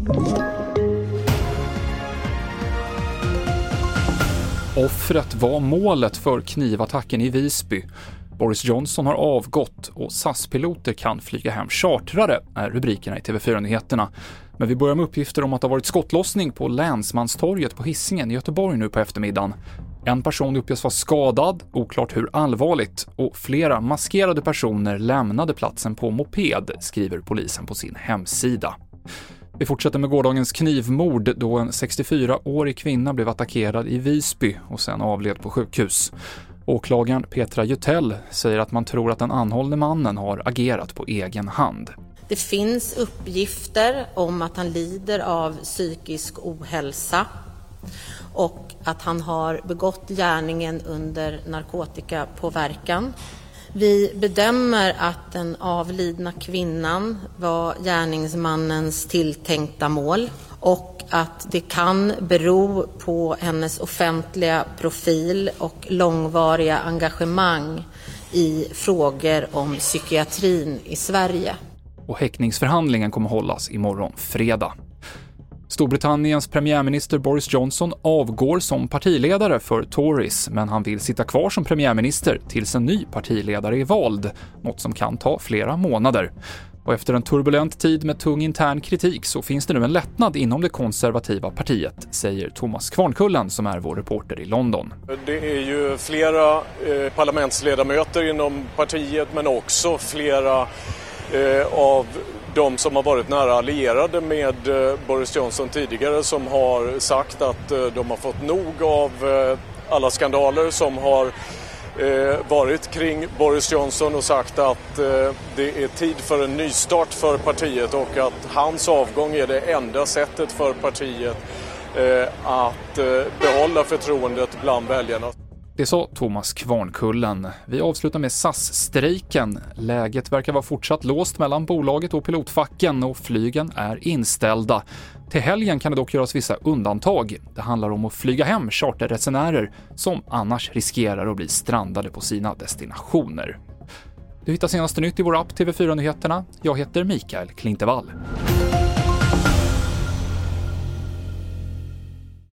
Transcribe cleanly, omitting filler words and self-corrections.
Offret var målet för knivattacken i Visby. Boris Johnson har avgått och SAS-piloter kan flyga hem chartrade, är rubrikerna i TV4-nyheterna. Men vi börjar med uppgifter om att det har varit skottlossning på Länsmanstorget på Hisingen i Göteborg nu på eftermiddagen. En person uppges vara skadad, oklart hur allvarligt, och flera maskerade personer lämnade platsen på moped, skriver polisen på sin hemsida. Vi fortsätter med gårdagens knivmord då en 64-årig kvinna blev attackerad i Visby och sen avled på sjukhus. Åklagaren Petra Jutell säger att man tror att den anhållne mannen har agerat på egen hand. Det finns uppgifter om att han lider av psykisk ohälsa och att han har begått gärningen under narkotikapåverkan. Vi bedömer att den avlidna kvinnan var gärningsmannens tilltänkta mål och att det kan bero på hennes offentliga profil och långvariga engagemang i frågor om psykiatrin i Sverige. Och häktningsförhandlingen kommer hållas imorgon fredag. Storbritanniens premiärminister Boris Johnson avgår som partiledare för Tories, men han vill sitta kvar som premiärminister tills en ny partiledare är vald, något som kan ta flera månader. Och efter en turbulent tid med tung intern kritik så finns det nu en lättnad inom det konservativa partiet, säger Thomas Kvarnkullen som är vår reporter i London. Det är ju flera parlamentsledamöter inom partiet men också flera av de som har varit nära allierade med Boris Johnson tidigare som har sagt att de har fått nog av alla skandaler som har varit kring Boris Johnson och sagt att det är tid för en nystart för partiet och att hans avgång är det enda sättet för partiet att behålla förtroendet bland väljarna. Det sa Thomas Kvarnkullen. Vi avslutar med SAS-strejken. Läget verkar vara fortsatt låst mellan bolaget och pilotfacken och flygen är inställda. Till helgen kan det dock göras vissa undantag. Det handlar om att flyga hem charterresenärer som annars riskerar att bli strandade på sina destinationer. Du hittar senaste nytt i vår app TV4-nyheterna. Jag heter Mikael Klintevall.